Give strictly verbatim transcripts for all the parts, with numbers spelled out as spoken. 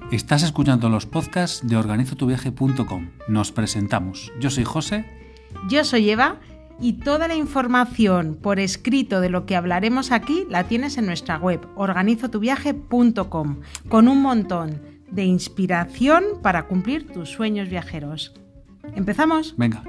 Estás escuchando los podcasts de organizo tu viaje punto com. Nos presentamos. Yo soy José. Yo soy Eva y toda la información por escrito de lo que hablaremos aquí la tienes en nuestra web organizo tu viaje punto com, con un montón de inspiración para cumplir tus sueños viajeros. ¿Empezamos? Venga.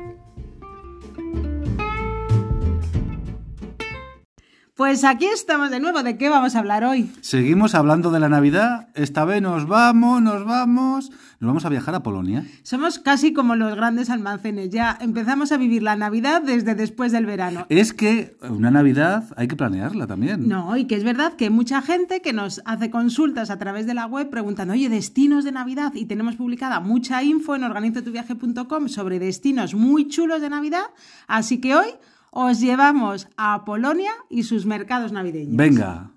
Pues aquí estamos de nuevo. ¿De qué vamos a hablar hoy? Seguimos hablando de la Navidad. Esta vez nos vamos, nos vamos... Nos vamos a viajar a Polonia. Somos casi como los grandes almacenes. Ya empezamos a vivir la Navidad desde después del verano. Es que una Navidad hay que planearla también. No, y que es verdad que hay mucha gente que nos hace consultas a través de la web preguntando, oye, destinos de Navidad, y tenemos publicada mucha info en organizo tu viaje punto com sobre destinos muy chulos de Navidad, así que hoy os llevamos a Polonia y sus mercados navideños. Venga.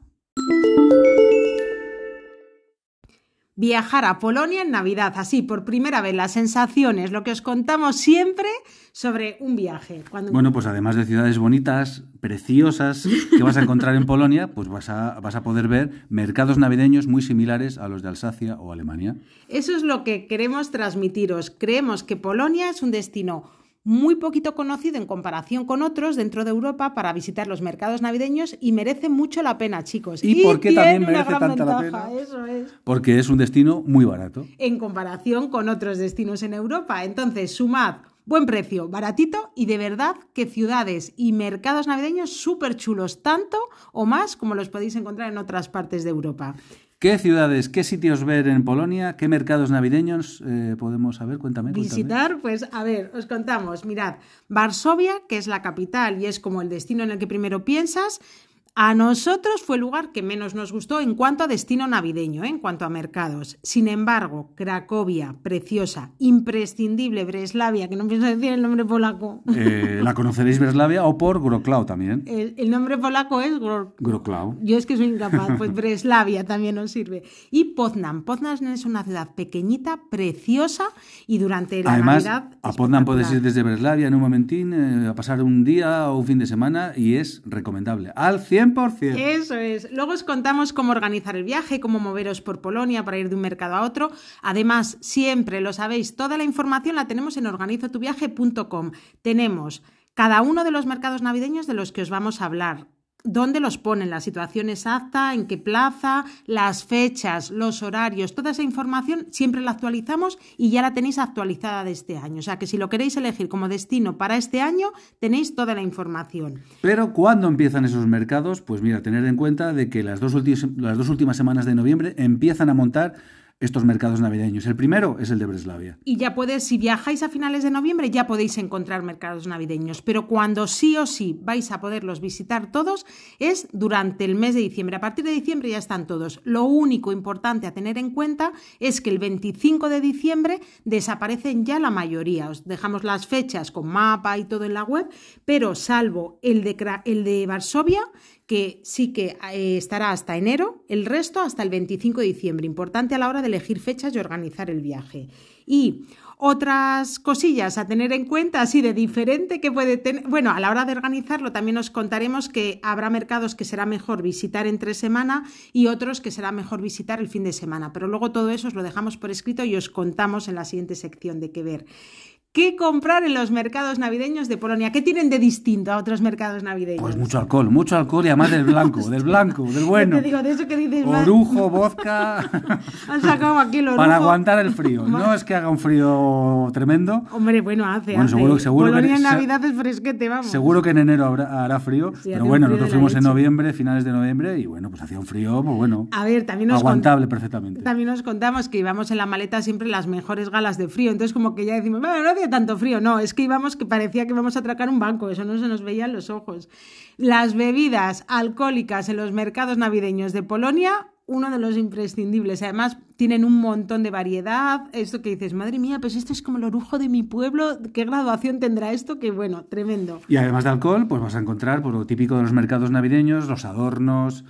Viajar a Polonia en Navidad, así por primera vez, las sensaciones, lo que os contamos siempre sobre un viaje. Cuando... Bueno, pues además de ciudades bonitas, preciosas, que vas a encontrar en Polonia, pues vas a, vas a poder ver mercados navideños muy similares a los de Alsacia o Alemania. Eso es lo que queremos transmitiros. Creemos que Polonia es un destino muy poquito conocido en comparación con otros dentro de Europa para visitar los mercados navideños y merece mucho la pena, chicos. ¿Y, ¿Y por qué también merece tanta ventaja, la pena? Eso es. Porque es un destino muy barato. En comparación con otros destinos en Europa. Entonces, sumad buen precio, baratito y de verdad que ciudades y mercados navideños súper chulos, tanto o más como los podéis encontrar en otras partes de Europa. ¿Qué ciudades, qué sitios ver en Polonia? ¿Qué mercados navideños eh, podemos saber? Cuéntame, cuéntame. Visitar, pues a ver, os contamos. Mirad, Varsovia, que es la capital y es como el destino en el que primero piensas, a nosotros fue el lugar que menos nos gustó en cuanto a destino navideño, ¿eh? En cuanto a mercados. Sin embargo, Cracovia, preciosa, imprescindible, Breslavia, que no pienso decir el nombre polaco. Eh, la conoceréis Breslavia o por Wrocław también. El, el nombre polaco es Gro... Wrocław. Yo es que soy incapaz, pues Breslavia también nos sirve. Y Poznań. Poznań es una ciudad pequeñita, preciosa y durante la Además, Navidad... a Poznań puedes ir desde Breslavia en un momentín eh, a pasar un día o un fin de semana y es recomendable. Al cien por ciento. Eso es. Luego os contamos cómo organizar el viaje, cómo moveros por Polonia para ir de un mercado a otro. Además, siempre lo sabéis, toda la información la tenemos en organizo tu viaje punto com. Tenemos cada uno de los mercados navideños de los que os vamos a hablar. ¿Dónde los ponen? La situación exacta, en qué plaza, las fechas, los horarios, toda esa información siempre la actualizamos y ya la tenéis actualizada de este año. O sea que si lo queréis elegir como destino para este año, tenéis toda la información. Pero ¿cuándo empiezan esos mercados? Pues mira, tener en cuenta de que las dos, ulti- las dos últimas semanas de noviembre empiezan a montar estos mercados navideños. El primero es el de Breslavia. Y ya podéis, si viajáis a finales de noviembre, ya podéis encontrar mercados navideños. Pero cuando sí o sí vais a poderlos visitar todos es durante el mes de diciembre. A partir de diciembre ya están todos. Lo único importante a tener en cuenta es que el veinticinco de diciembre desaparecen ya la mayoría. Os dejamos las fechas con mapa y todo en la web, pero salvo el de, el de Varsovia, que sí que eh, estará hasta enero, el resto hasta el veinticinco de diciembre. Importante a la hora de elegir fechas y organizar el viaje. Y otras cosillas a tener en cuenta, así de diferente que puede tener... Bueno, a la hora de organizarlo también os contaremos que habrá mercados que será mejor visitar entre semana y otros que será mejor visitar el fin de semana. Pero luego todo eso os lo dejamos por escrito y os contamos en la siguiente sección de qué ver. ¿Qué comprar en los mercados navideños de Polonia? ¿Qué tienen de distinto a otros mercados navideños? Pues mucho alcohol, mucho alcohol y además del blanco, del blanco, del bueno. Te digo, de eso que dices, orujo, vodka. Han sacado aquí el orujo. Para aguantar el frío. No es que haga un frío tremendo. Hombre, bueno, hace, bueno, hace. Seguro, seguro Polonia que en Navidad es fresquete, vamos. Seguro que en enero habrá, hará frío, sí, pero bueno, nosotros fuimos leche. en noviembre, finales de noviembre, y bueno, pues hacía un frío, pues bueno, a ver, también nos aguantable perfectamente. También nos contamos que íbamos en la maleta siempre las mejores galas de frío, entonces como que ya decimos, bueno, no hacía tanto frío, no, es que íbamos que parecía que íbamos a atracar un banco, eso no se nos veía en los ojos. Las bebidas alcohólicas en los mercados navideños de Polonia, uno de los imprescindibles. Además, tienen un montón de variedad. Esto que dices, madre mía, pues esto es como el orujo de mi pueblo. ¿Qué graduación tendrá esto? Que bueno, tremendo. Y además de alcohol, pues vas a encontrar por lo típico de los mercados navideños, los adornos,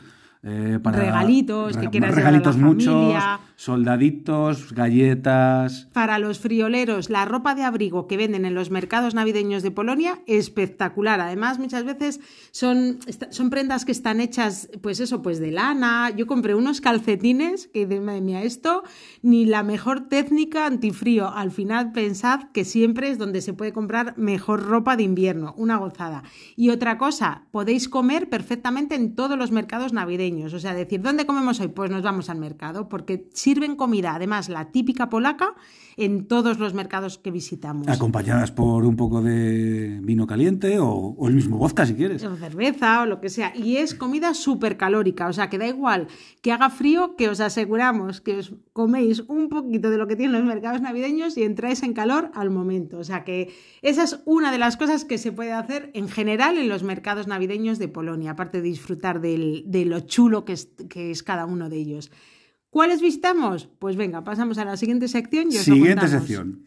Eh, para regalitos, re- que quieras regalitos llevar a la muchos, familia. soldaditos, galletas. Para los frioleros, la ropa de abrigo que venden en los mercados navideños de Polonia, espectacular. Además, muchas veces son, son prendas que están hechas, pues eso, pues de lana. Yo compré unos calcetines que dices, madre mía, esto ni la mejor técnica antifrío. Al final, pensad que siempre es donde se puede comprar mejor ropa de invierno, una gozada. Y otra cosa, podéis comer perfectamente en todos los mercados navideños. O sea, decir, ¿dónde comemos hoy? Pues nos vamos al mercado, porque sirven comida, además la típica polaca, en todos los mercados que visitamos. Acompañadas por un poco de vino caliente o, o el mismo vodka si quieres. O cerveza o lo que sea. Y es comida súper calórica, o sea que da igual que haga frío, que os aseguramos que os coméis un poquito de lo que tienen los mercados navideños y entráis en calor al momento. O sea que esa es una de las cosas que se puede hacer en general en los mercados navideños de Polonia, aparte de disfrutar del, de lo chulo que es, que es cada uno de ellos. ¿Cuáles visitamos? Pues venga, pasamos a la siguiente sección y os Siguiente lo contamos. sección.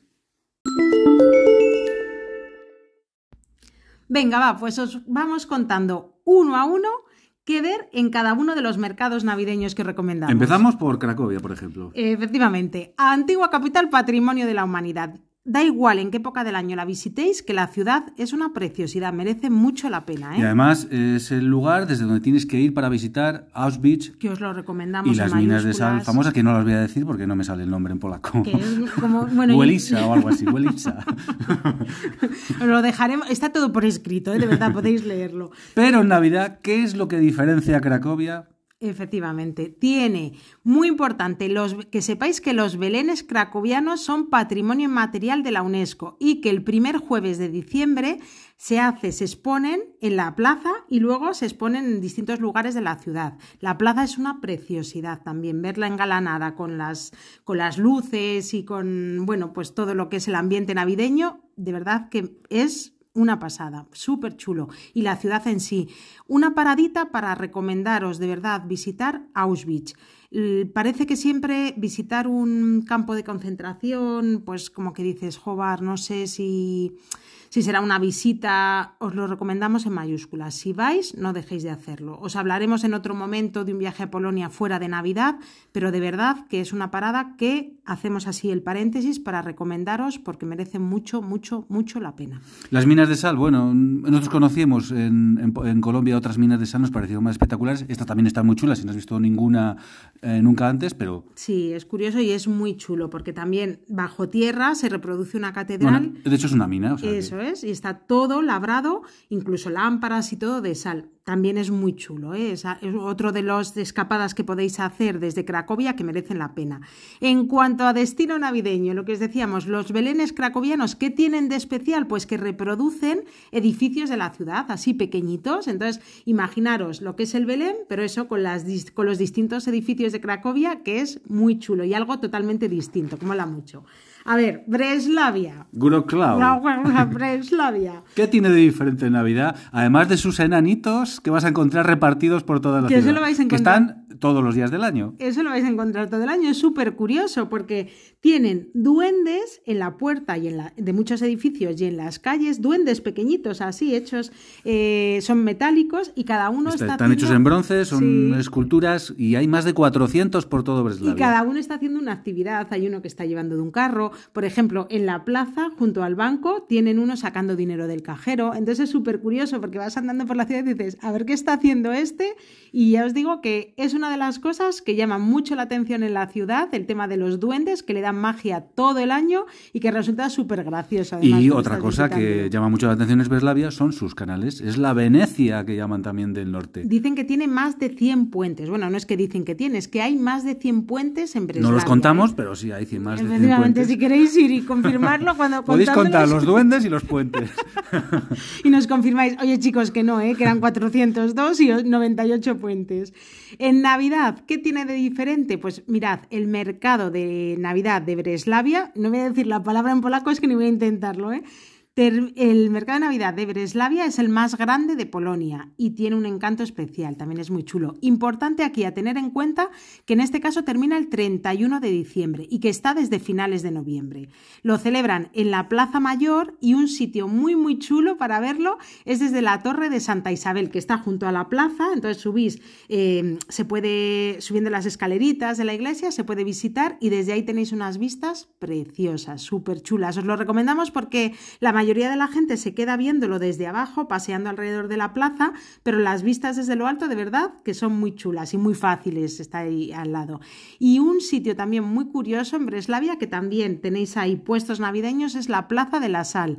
Venga, va, pues os vamos contando uno a uno qué ver en cada uno de los mercados navideños que recomendamos. Empezamos por Cracovia, por ejemplo. Efectivamente, antigua capital patrimonio de la humanidad. Da igual en qué época del año la visitéis, que la ciudad es una preciosidad, merece mucho la pena, ¿eh? Y además es el lugar desde donde tienes que ir para visitar Auschwitz Que os lo recomendamos y las en minas de sal mayúsculas. famosas, que no las voy a decir porque no me sale el nombre en polaco. Que es como, bueno, y- Huelica o algo así, Huelica. Lo dejaremos, está todo por escrito, ¿eh? De verdad, podéis leerlo. Pero en Navidad, ¿qué es lo que diferencia a Cracovia? Efectivamente, tiene, muy importante, los, que sepáis que los belenes cracovianos son patrimonio inmaterial de la UNESCO y que el primer jueves de diciembre se hace, se exponen en la plaza y luego se exponen en distintos lugares de la ciudad. La plaza es una preciosidad también, verla engalanada con las, con las luces y con, bueno, pues todo lo que es el ambiente navideño, de verdad que es una pasada, súper chulo. Y la ciudad en sí. Una paradita para recomendaros de verdad visitar Auschwitz. L- Parece que siempre visitar un campo de concentración, pues como que dices, joder, no sé si, si será una visita, os lo recomendamos en mayúsculas. Si vais, no dejéis de hacerlo. Os hablaremos en otro momento de un viaje a Polonia fuera de Navidad, pero de verdad que es una parada que hacemos así el paréntesis para recomendaros porque merece mucho, mucho, mucho la pena. Las minas de sal, bueno, nosotros conocíamos en, en, en Colombia otras minas de sal, nos parecieron más espectaculares. Esta también está muy chula, si no has visto ninguna eh, nunca antes, pero... Sí, es curioso y es muy chulo porque también bajo tierra se reproduce una catedral. Bueno, de hecho es una mina. O sea Eso que... es, y está todo labrado, incluso lámparas y todo de sal. También es muy chulo, ¿eh? Es, es otro de las escapadas que podéis hacer desde Cracovia que merecen la pena. En cuanto a destino navideño, lo que os decíamos, los belenes cracovianos, ¿qué tienen de especial? Pues que reproducen edificios de la ciudad, así pequeñitos. Entonces, imaginaros lo que es el Belén, pero eso con, las, con los distintos edificios de Cracovia, que es muy chulo y algo totalmente distinto, como la mucho. A ver, Breslavia. Guroklau. La hueá, Breslavia. ¿Qué tiene de diferente en Navidad? Además de sus enanitos que vas a encontrar repartidos por toda la Que ciudad. eso lo vais a que encontrar. están todos los días del año. Eso lo vais a encontrar todo el año. Es súper curioso porque tienen duendes en la puerta y en la, de muchos edificios y en las calles, duendes pequeñitos así, hechos, eh, son metálicos y cada uno Está- está están haciendo- hechos en bronce, son Sí. esculturas y hay más de cuatrocientos por todo Y Breslavia. cada uno está haciendo una actividad. Hay uno que está llevando de un carro. Por ejemplo, en la plaza, junto al banco, tienen uno sacando dinero del cajero. Entonces es súper curioso porque vas andando por la ciudad y dices, a ver qué está haciendo este. Y ya os digo que es una de las cosas que llaman mucho la atención en la ciudad, el tema de los duendes, que le dan magia todo el año y que resulta súper gracioso. además, Y cuando otra estás cosa que visitando. llama mucho la atención en Breslavia son sus canales. Es la Venecia que llaman también del norte. Dicen que tiene más de cien puentes. Bueno, no es que dicen que tiene, es que hay más de cien puentes en Breslavia. No los contamos, ¿eh? pero sí hay cien más de cien Efectivamente, puentes. si queréis ir y confirmarlo cuando Podéis contar contándolos- los duendes y los puentes. y nos confirmáis, oye chicos, que no, ¿eh? Que eran cuatrocientos dos y noventa y ocho puentes. En Navidad, ¿qué tiene de diferente? Pues mirad, el mercado de Navidad de Breslavia, no voy a decir la palabra en polaco, es que ni voy a intentarlo, ¿eh? El mercado de Navidad de Breslavia es el más grande de Polonia y tiene un encanto especial, también es muy chulo. Importante aquí a tener en cuenta que en este caso termina el treinta y uno de diciembre y que está desde finales de noviembre. Lo celebran en la Plaza Mayor y un sitio muy muy chulo para verlo es desde la Torre de Santa Isabel, que está junto a la plaza. Entonces subís, eh, se puede, subiendo las escaleritas de la iglesia, se puede visitar y desde ahí tenéis unas vistas preciosas, súper chulas. Os lo recomendamos porque la mayoría La mayoría de la gente se queda viéndolo desde abajo, paseando alrededor de la plaza, pero las vistas desde lo alto, de verdad, que son muy chulas y muy fáciles, está ahí al lado. Y un sitio también muy curioso en Breslavia, que también tenéis ahí puestos navideños, es la Plaza de la Sal.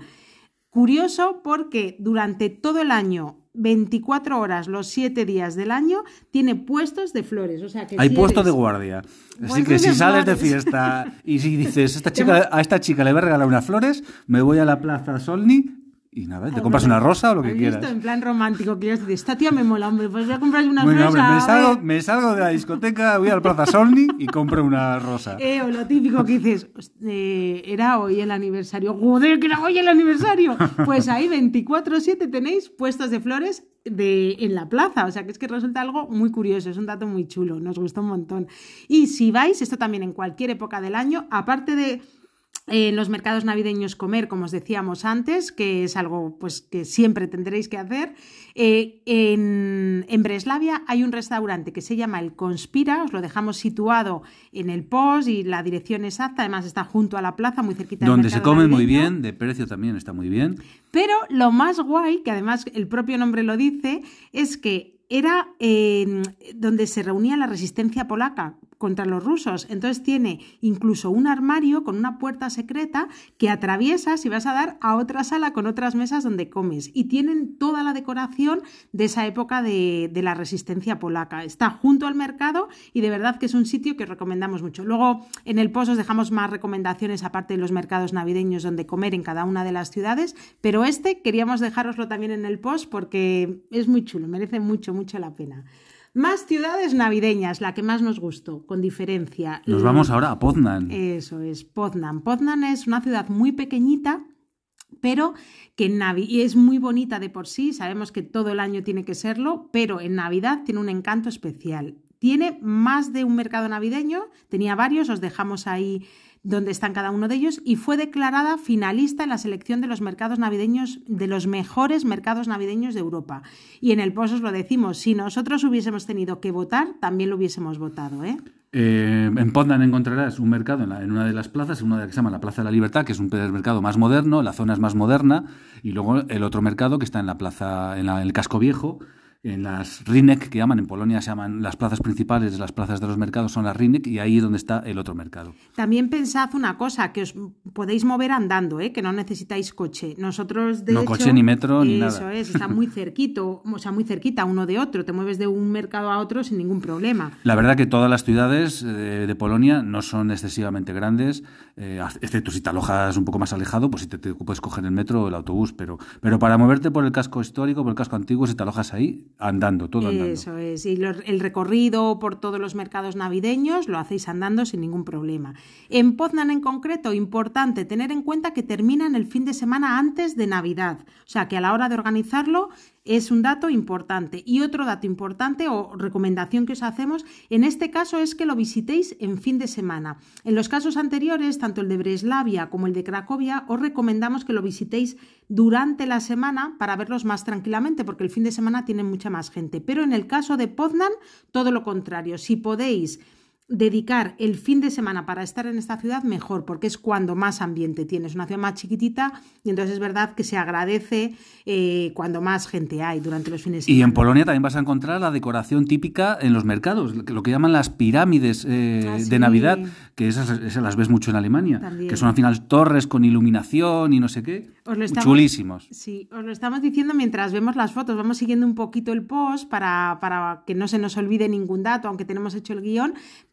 Curioso porque durante todo el año, veinticuatro horas, los siete días del año, tiene puestos de flores. O sea que hay si puesto eres... de guardia. Así que si sales de fiesta y si dices, esta chica, a esta chica le voy a regalar unas flores, me voy a la Plaza Solni y nada, te compras una rosa o lo que quieras. Visto en plan romántico, que dices, esta tía me mola, hombre, pues voy a comprar unas bueno, flores. Hombre, me, salgo, me salgo de la discoteca, voy a la Plaza Solni y compro una rosa. Eh, o lo típico que dices, eh, era hoy el aniversario. ¡Joder, que era hoy el aniversario! Pues ahí veinticuatro siete tenéis puestos de flores de, en la plaza. O sea, que es que resulta algo muy curioso, es un dato muy chulo, nos gustó un montón. Y si vais, esto también en cualquier época del año, aparte de... en eh, los mercados navideños comer, como os decíamos antes, que es algo pues, que siempre tendréis que hacer. Eh, en, en Breslavia hay un restaurante que se llama El Conspira, os lo dejamos situado en el post y la dirección exacta, además está junto a la plaza, muy cerquita del donde mercado se come navideño. Muy bien, de precio también está muy bien. Pero lo más guay, que además el propio nombre lo dice, es que era eh, donde se reunía la resistencia polaca contra los rusos. Entonces tiene incluso un armario con una puerta secreta que atraviesas y vas a dar a otra sala con otras mesas donde comes. Y tienen toda la decoración de esa época de, de la resistencia polaca. Está junto al mercado y de verdad que es un sitio que recomendamos mucho. Luego en el post os dejamos más recomendaciones aparte de los mercados navideños donde comer en cada una de las ciudades, pero este queríamos dejároslo también en el post porque es muy chulo, merece mucho, mucho la pena. Más ciudades navideñas, la que más nos gustó, con diferencia. Nos vamos ahora a Poznań. Eso es, Poznań. Poznań es una ciudad muy pequeñita, pero que en Navidad es muy bonita de por sí, sabemos que todo el año tiene que serlo, pero en Navidad tiene un encanto especial. Tiene más de un mercado navideño, tenía varios, os dejamos ahí donde están cada uno de ellos, y fue declarada finalista en la selección de los mercados navideños, de los mejores mercados navideños de Europa. Y en el post os lo decimos, si nosotros hubiésemos tenido que votar, también lo hubiésemos votado, ¿eh? Eh, en Poznań encontrarás un mercado en, la, en una de las plazas, en una de las que se llama la Plaza de la Libertad, que es un mercado más moderno, la zona es más moderna, y luego el otro mercado que está en la plaza, en, la, en el casco viejo, en las Rynek, que llaman, en Polonia se llaman las plazas principales de las plazas de los mercados, son las Rynek, y ahí es donde está el otro mercado. También pensad una cosa, que os podéis mover andando, ¿eh? Que no necesitáis coche. Nosotros, de no hecho, coche, ni metro, ni nada. Eso es, está muy cerquito, o sea, muy cerquita uno de otro. Te mueves de un mercado a otro sin ningún problema. La verdad que todas las ciudades de, de Polonia no son excesivamente grandes, eh, excepto si te alojas un poco más alejado, pues si te, te puedes coger el metro o el autobús, pero, pero para moverte por el casco histórico, por el casco antiguo, si te alojas ahí, andando, todo andando. Eso es, y lo, el recorrido por todos los mercados navideños lo hacéis andando sin ningún problema. En Poznań en concreto, importante tener en cuenta que terminan el fin de semana antes de Navidad, o sea que a la hora de organizarlo es un dato importante. Y otro dato importante o recomendación que os hacemos en este caso es que lo visitéis en fin de semana. En los casos anteriores, tanto el de Breslavia como el de Cracovia, os recomendamos que lo visitéis durante la semana para verlos más tranquilamente, porque el fin de semana tiene mucha más gente. Pero en el caso de Poznań, todo lo contrario. Si podéis dedicar el fin de semana para estar en esta ciudad, mejor, porque es cuando más ambiente tiene. Es una ciudad más chiquitita y entonces es verdad que se agradece eh, cuando más gente hay durante los fines de semana. Y en Polonia también vas a encontrar la decoración típica en los mercados, lo que llaman las pirámides eh, ah, sí. de Navidad, que esas, esas las ves mucho en Alemania, también. Que son al final torres con iluminación y no sé qué, os lo estamos, chulísimos. Sí, os lo estamos diciendo mientras vemos las fotos, vamos siguiendo un poquito el post para, para que no se nos olvide ningún dato, aunque tenemos hecho el guión,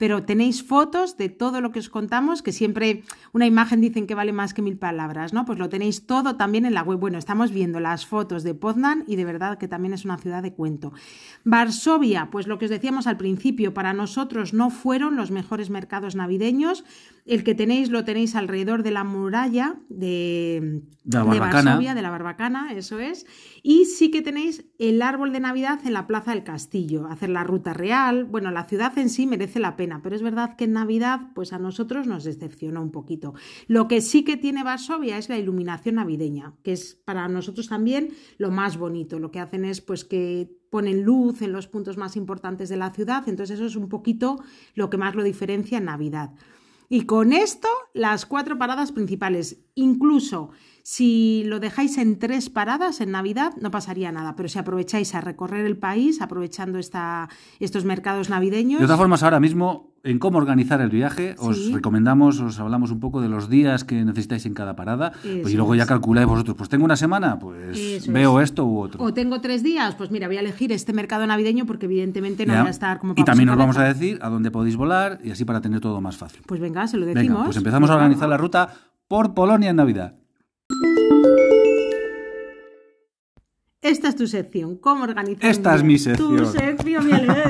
pero tenéis fotos de todo lo que os contamos, que siempre una imagen dicen que vale más que mil palabras, ¿no? Pues lo tenéis todo también en la web. Bueno, estamos viendo las fotos de Poznań y de verdad que también es una ciudad de cuento. Varsovia, pues lo que os decíamos al principio, para nosotros no fueron los mejores mercados navideños. El que tenéis lo tenéis alrededor de la muralla de, de, la de Varsovia, de la Barbacana, eso es. Y sí que tenéis el árbol de Navidad en la Plaza del Castillo, hacer la ruta real. Bueno, la ciudad en sí merece la pena, pero es verdad que en Navidad pues a nosotros nos decepcionó un poquito. Lo que sí que tiene Varsovia es la iluminación navideña, que es para nosotros también lo más bonito. Lo que hacen es pues que ponen luz en los puntos más importantes de la ciudad, entonces eso es un poquito lo que más lo diferencia en Navidad. Y con esto, las cuatro paradas principales. Incluso si lo dejáis en tres paradas en Navidad, no pasaría nada. Pero si aprovecháis a recorrer el país, aprovechando esta, estos mercados navideños... De todas formas, ahora mismo, en cómo organizar el viaje, os sí. recomendamos, os hablamos un poco de los días que necesitáis en cada parada. Pues, y luego ya calculáis vosotros, pues tengo una semana, pues Eso veo es. esto u otro. O tengo tres días, pues mira, voy a elegir este mercado navideño porque evidentemente no ya. voy a estar como... Y también os vamos a decir a dónde podéis volar y así para tener todo más fácil. Pues venga, se lo decimos. Venga, pues empezamos a organizar la ruta por Polonia en Navidad. Esta es tu sección, ¿cómo organizar? Esta es mi sección. Tu sección, mi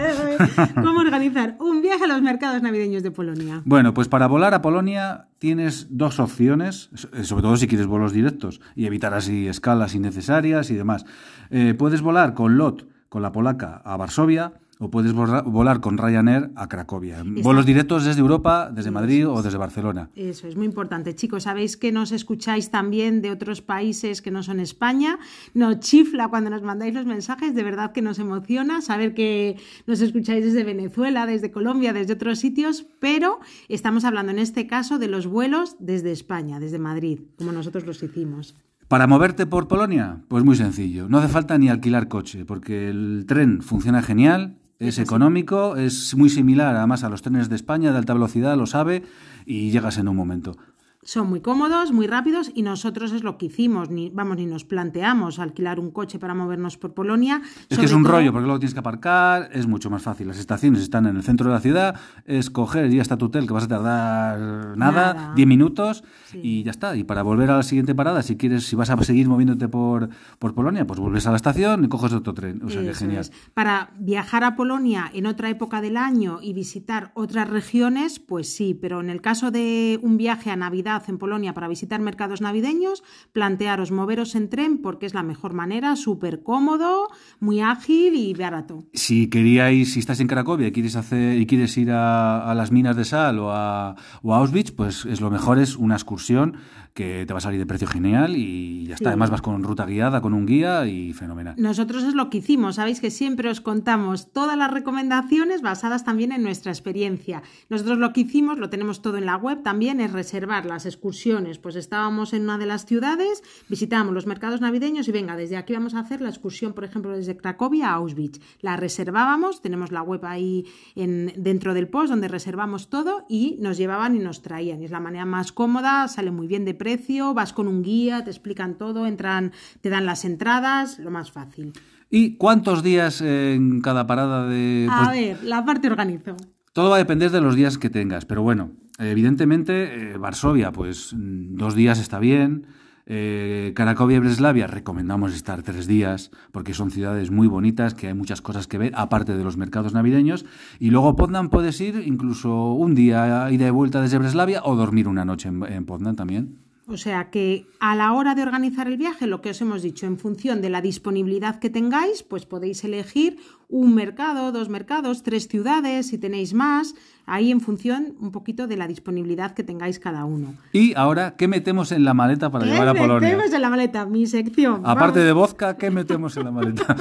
¿Cómo organizar un viaje a los mercados navideños de Polonia? Bueno, pues para volar a Polonia tienes dos opciones, sobre todo si quieres vuelos directos y evitar así escalas innecesarias y demás. Eh, puedes volar con LOT, con la polaca, a Varsovia, o puedes volar con Ryanair a Cracovia. Exacto. Vuelos directos desde Europa, desde Madrid Eso es. o desde Barcelona. Eso es muy importante. Chicos, sabéis que nos escucháis también de otros países que no son España. Nos chifla cuando nos mandáis los mensajes. De verdad que nos emociona saber que nos escucháis desde Venezuela, desde Colombia, desde otros sitios. Pero estamos hablando en este caso de los vuelos desde España, desde Madrid, como nosotros los hicimos. ¿Para moverte por Polonia? Pues muy sencillo. No hace falta ni alquilar coche, porque el tren funciona genial. Es económico, es muy similar además a los trenes de España de alta velocidad, lo sabe, y llegas en un momento. Son muy cómodos, muy rápidos y nosotros es lo que hicimos, ni vamos ni nos planteamos alquilar un coche para movernos por Polonia. Es que es un todo... rollo porque luego tienes que aparcar, es mucho más fácil. Las estaciones están en el centro de la ciudad, es coger y ya está tu hotel que vas a tardar nada, diez minutos sí. y ya está. Y para volver a la siguiente parada, si quieres, si vas a seguir moviéndote por, por Polonia, pues vuelves a la estación y coges otro tren. O sea, Eso que genial. Es. Para viajar a Polonia en otra época del año y visitar otras regiones, pues sí, pero en el caso de un viaje a Navidad en Polonia para visitar mercados navideños, plantearos moveros en tren porque es la mejor manera, súper cómodo, muy ágil y barato. Si queríais, si estás en Cracovia y quieres hacer y quieres ir a, a las minas de sal o a, o a Auschwitz, pues es lo mejor es una excursión que te va a salir de precio genial y ya está. Sí. Además vas con ruta guiada, con un guía y fenomenal. Nosotros es lo que hicimos. Sabéis que siempre os contamos todas las recomendaciones basadas también en nuestra experiencia. Nosotros lo que hicimos, lo tenemos todo en la web también, es reservar las excursiones. Pues estábamos en una de las ciudades, visitábamos los mercados navideños y venga, desde aquí vamos a hacer la excursión, por ejemplo, desde Cracovia a Auschwitz. La reservábamos, tenemos la web ahí en, dentro del post donde reservamos todo y nos llevaban y nos traían. Y es la manera más cómoda, sale muy bien de precio, vas con un guía, te explican todo, entran, te dan las entradas, lo más fácil. ¿Y cuántos días en cada parada de...? A pues, ver, la parte organizo. Todo va a depender de los días que tengas, pero bueno, evidentemente eh, Varsovia, pues dos días está bien. Eh, Cracovia y Breslavia recomendamos estar tres días porque son ciudades muy bonitas, que hay muchas cosas que ver, aparte de los mercados navideños. Y luego Poznań puedes ir incluso un día ida y vuelta desde Breslavia o dormir una noche en, en Poznań también. O sea que a la hora de organizar el viaje, lo que os hemos dicho, en función de la disponibilidad que tengáis, pues podéis elegir un mercado, dos mercados, tres ciudades, si tenéis más, ahí en función un poquito de la disponibilidad que tengáis cada uno. Y ahora, ¿qué metemos en la maleta para llevar a Polonia? ¿Qué metemos en la maleta? Mi sección. Aparte Vamos. de vodka, ¿qué metemos en la maleta?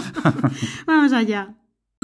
Vamos allá.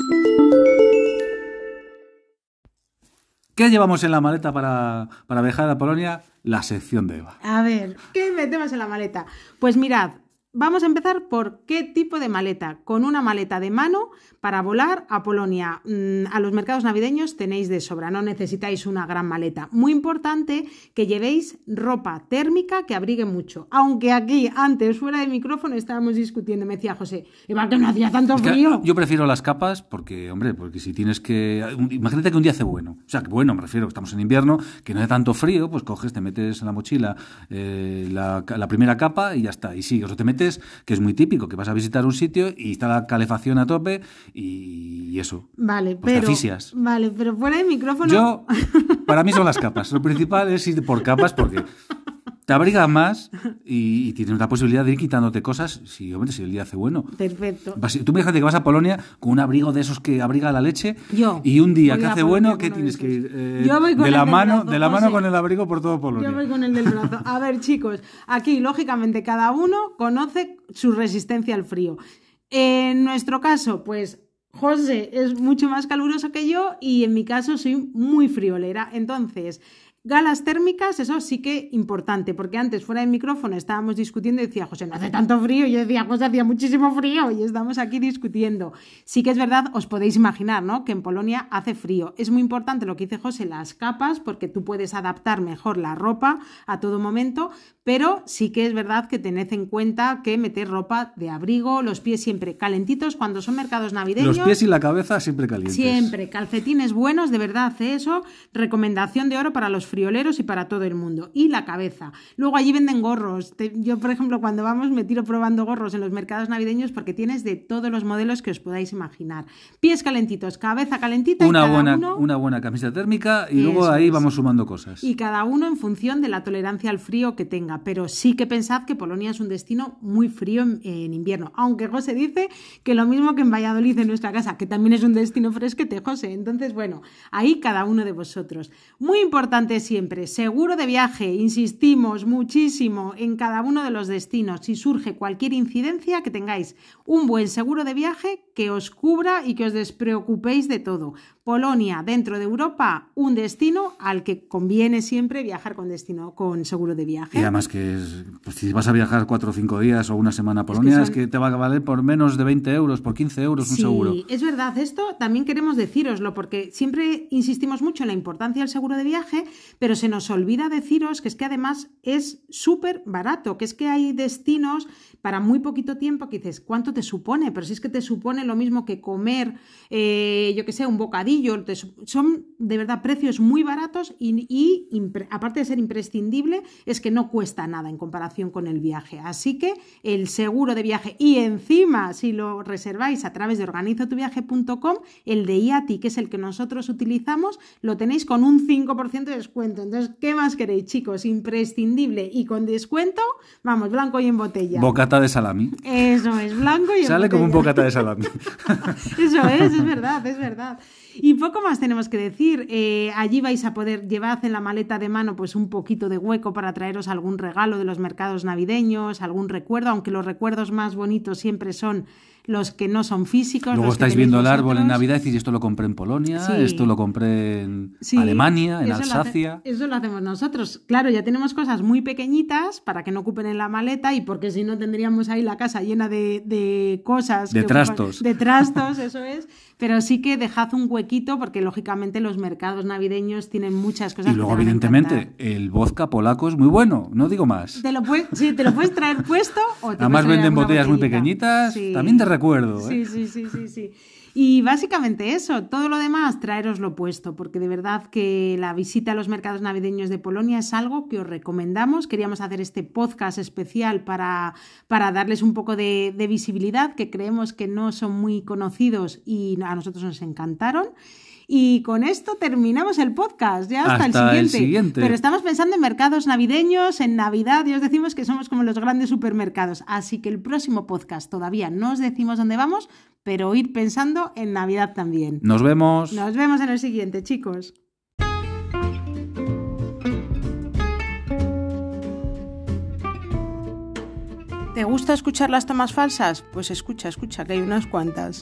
¿Qué llevamos en la maleta para, para viajar a Polonia? La sección de Eva. A ver, ¿qué metemos en la maleta? Pues mirad, vamos a empezar por qué tipo de maleta. Con una maleta de mano para volar a Polonia. A los mercados navideños tenéis de sobra, no necesitáis una gran maleta. Muy importante que llevéis ropa térmica que abrigue mucho. Aunque aquí, antes, fuera de micrófono, estábamos discutiendo. Me decía José, Eva, que no hacía tanto frío. Yo prefiero las capas porque, hombre, porque si tienes que... Imagínate que un día hace bueno. O sea, que bueno, me refiero que estamos en invierno, que no hace tanto frío, pues coges, te metes en la mochila eh, la, la primera capa y ya está. Y sigues. O te metes, que es muy típico, que vas a visitar un sitio y está la calefacción a tope y, y eso. Vale, pues pero... te asfixias. Vale, pero fuera de micrófono... Yo, para mí son las capas. Lo principal es ir por capas porque... te abriga más y, y tienes la posibilidad de ir quitándote cosas si, hombre, si el día hace bueno. Perfecto. Tú me fíjate que vas a Polonia con un abrigo de esos que abriga la leche. Yo y un día que voy a hace Polonia bueno, ¿qué con tienes uno que de ir? esos. Eh, Yo voy con de el la del mano, brazo, de la mano José. con el abrigo por todo Polonia. Yo voy con el del brazo. A ver, chicos, aquí, lógicamente, cada uno conoce su resistencia al frío. En nuestro caso, pues... José es mucho más caluroso que yo y en mi caso soy muy friolera. Entonces, galas térmicas, eso sí que importante, porque antes fuera del micrófono estábamos discutiendo y decía José, no hace tanto frío, y yo decía, José, hacía muchísimo frío y estamos aquí discutiendo. Sí que es verdad, os podéis imaginar, ¿no?, que en Polonia hace frío. Es muy importante lo que dice José, las capas, porque tú puedes adaptar mejor la ropa a todo momento, pero sí que es verdad que tened en cuenta que meter ropa de abrigo, los pies siempre calentitos cuando son mercados navideños. Los pies y la cabeza siempre calientes. Siempre, calcetines buenos, de verdad, eso, recomendación de oro para los frioleros y para todo el mundo. Y la cabeza. Luego allí venden gorros. Te, yo, por ejemplo, cuando vamos me tiro probando gorros en los mercados navideños porque tienes de todos los modelos que os podáis imaginar. Pies calentitos, cabeza calentita una y cada buena, uno... Una buena camisa térmica y luego ahí es. Vamos sumando cosas. Y cada uno en función de la tolerancia al frío que tenga. Pero sí que pensad que Polonia es un destino muy frío en, en invierno. Aunque José dice que lo mismo que en Valladolid, en nuestra casa, que también es un destino fresquete, José. Entonces, bueno, ahí cada uno de vosotros. Muy importante siempre, seguro de viaje. Insistimos muchísimo en cada uno de los destinos. Si surge cualquier incidencia, que tengáis un buen seguro de viaje que os cubra y que os despreocupéis de todo. Polonia, dentro de Europa, un destino al que conviene siempre viajar con destino, con seguro de viaje. Y además que es, pues si vas a viajar cuatro o cinco días o una semana a Polonia, es que, son... es que te va a valer por menos de veinte euros, por quince euros un sí, seguro. Sí, es verdad. Esto también queremos decíroslo porque siempre insistimos mucho en la importancia del seguro de viaje, pero se nos olvida deciros que es que además es súper barato, que es que hay destinos para muy poquito tiempo que dices, ¿cuánto te supone? Pero si es que te supone lo mismo que comer, eh, yo que sé, un bocadillo. Te, son de verdad precios muy baratos y, y impre, aparte de ser imprescindible, es que no cuesta nada en comparación con el viaje. Así que el seguro de viaje y encima, si lo reserváis a través de organizo tu viaje punto com, el de I A T I, que es el que nosotros utilizamos, lo tenéis con un cinco por ciento de descuento. Entonces, ¿qué más queréis, chicos? Imprescindible y con descuento, vamos, blanco y en botella. Bocata de salami. Eso es, blanco y en Sale botella. como un bocata de salami. Eso es, es verdad, es verdad. Y poco más tenemos que decir. Eh, allí vais a poder llevar en la maleta de mano pues un poquito de hueco para traeros algún regalo de los mercados navideños, algún recuerdo, aunque los recuerdos más bonitos siempre son los que no son físicos. Luego los estáis que viendo el vosotros. árbol en Navidad y decís, esto lo compré en Polonia, sí. esto lo compré en sí. Alemania, en eso Alsacia. Lo hace, eso lo hacemos nosotros. Claro, ya tenemos cosas muy pequeñitas para que no ocupen en la maleta y porque si no tendríamos ahí la casa llena de, de cosas. De que trastos. Ocupan, de trastos, eso es. Pero sí que dejad un huequito porque lógicamente los mercados navideños tienen muchas cosas. Y luego, que te evidentemente, el vodka polaco es muy bueno, no digo más. Te lo puedes, sí, te lo puedes traer puesto o te Además venden botellas botellita. Muy pequeñitas, sí. También de recuerdo. Sí, ¿eh? sí, sí, sí, sí. Y básicamente eso, todo lo demás, traeroslo puesto, porque de verdad que la visita a los mercados navideños de Polonia es algo que os recomendamos. Queríamos hacer este podcast especial para, para darles un poco de, de visibilidad, que creemos que no son muy conocidos y a nosotros nos encantaron. Y con esto terminamos el podcast, ya hasta, hasta el, siguiente. el siguiente. Pero estamos pensando en mercados navideños, en Navidad, y os decimos que somos como los grandes supermercados. Así que el próximo podcast todavía no os decimos dónde vamos, pero ir pensando en Navidad también. Nos vemos. Nos vemos en el siguiente, chicos. ¿Te gusta escuchar las tomas falsas? Pues escucha, escucha, que hay unas cuantas.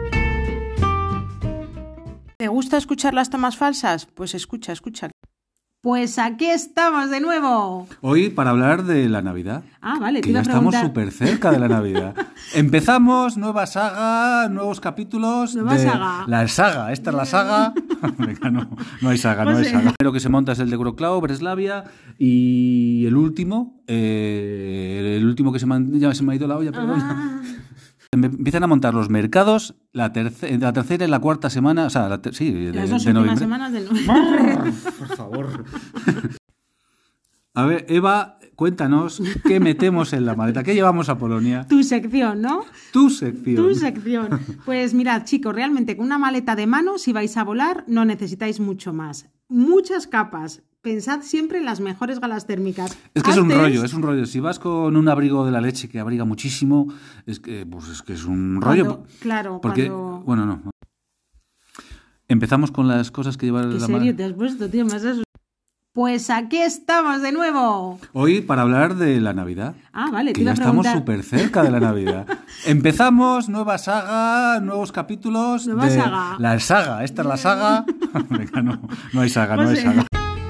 ¿Te gusta escuchar las tomas falsas? Pues escucha, escucha. Pues aquí estamos de nuevo. Hoy para hablar de la Navidad. Ah, vale, te que iba ya a estamos preguntar. súper cerca de la Navidad. Empezamos nueva saga, nuevos capítulos. Nueva de saga. La saga, esta es la saga. Venga, no, no hay saga, no Pues hay sí. saga. El primero que se monta es el de Wrocław, Breslavia. Y el último, eh, el último que se me, ha- ya se me ha ido la olla, perdón. Ah, Me Empiezan a montar los mercados la, terce- la tercera y la cuarta semana, o sea, la ter- sí, de, las dos de últimas noviembre. semanas del noviembre. Por favor. A ver, Eva, cuéntanos qué metemos en la maleta, qué llevamos a Polonia. Tu sección, ¿no? Tu sección. Tu sección. Pues mirad, chicos, realmente con una maleta de mano, si vais a volar, no necesitáis mucho más. Muchas capas. Pensad siempre en las mejores galas térmicas. Es que es un Antes- rollo, es un rollo. Si vas con un abrigo de la leche que abriga muchísimo, es que, pues es que es un rollo. Cuando- claro, Porque, cuando... bueno, no. Empezamos con las cosas que lleva ¿Qué la serio maleta. te has puesto, tío? Me has asustado. Pues aquí estamos de nuevo. Hoy para hablar de la Navidad. Ah, vale, te Que iba ya a estamos preguntar. súper cerca de la Navidad. Empezamos nueva saga, nuevos capítulos. Nueva de saga. La saga, esta es la saga. Venga, no, no hay saga, no hay Pues sí. saga.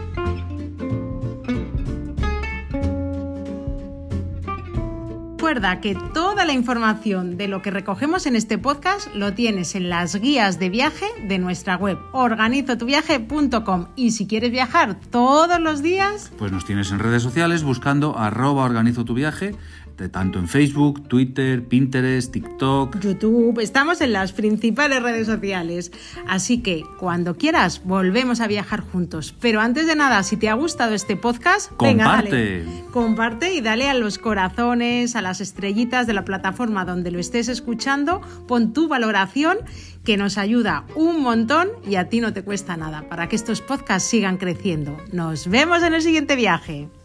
Recuerda que toda la información de lo que recogemos en este podcast lo tienes en las guías de viaje de nuestra web organizo tu viaje punto com y si quieres viajar todos los días, Pues nos tienes en redes sociales buscando arroba organizo tu viaje, de tanto en Facebook, Twitter, Pinterest, TikTok. YouTube, estamos en las principales redes sociales. Así que cuando quieras volvemos a viajar juntos. Pero antes de nada, si te ha gustado este podcast, venga, Comparte. dale. Comparte y dale a los corazones, a las estrellitas de la plataforma donde lo estés escuchando. Pon tu valoración que nos ayuda un montón y a ti no te cuesta nada para que estos podcasts sigan creciendo. Nos vemos en el siguiente viaje.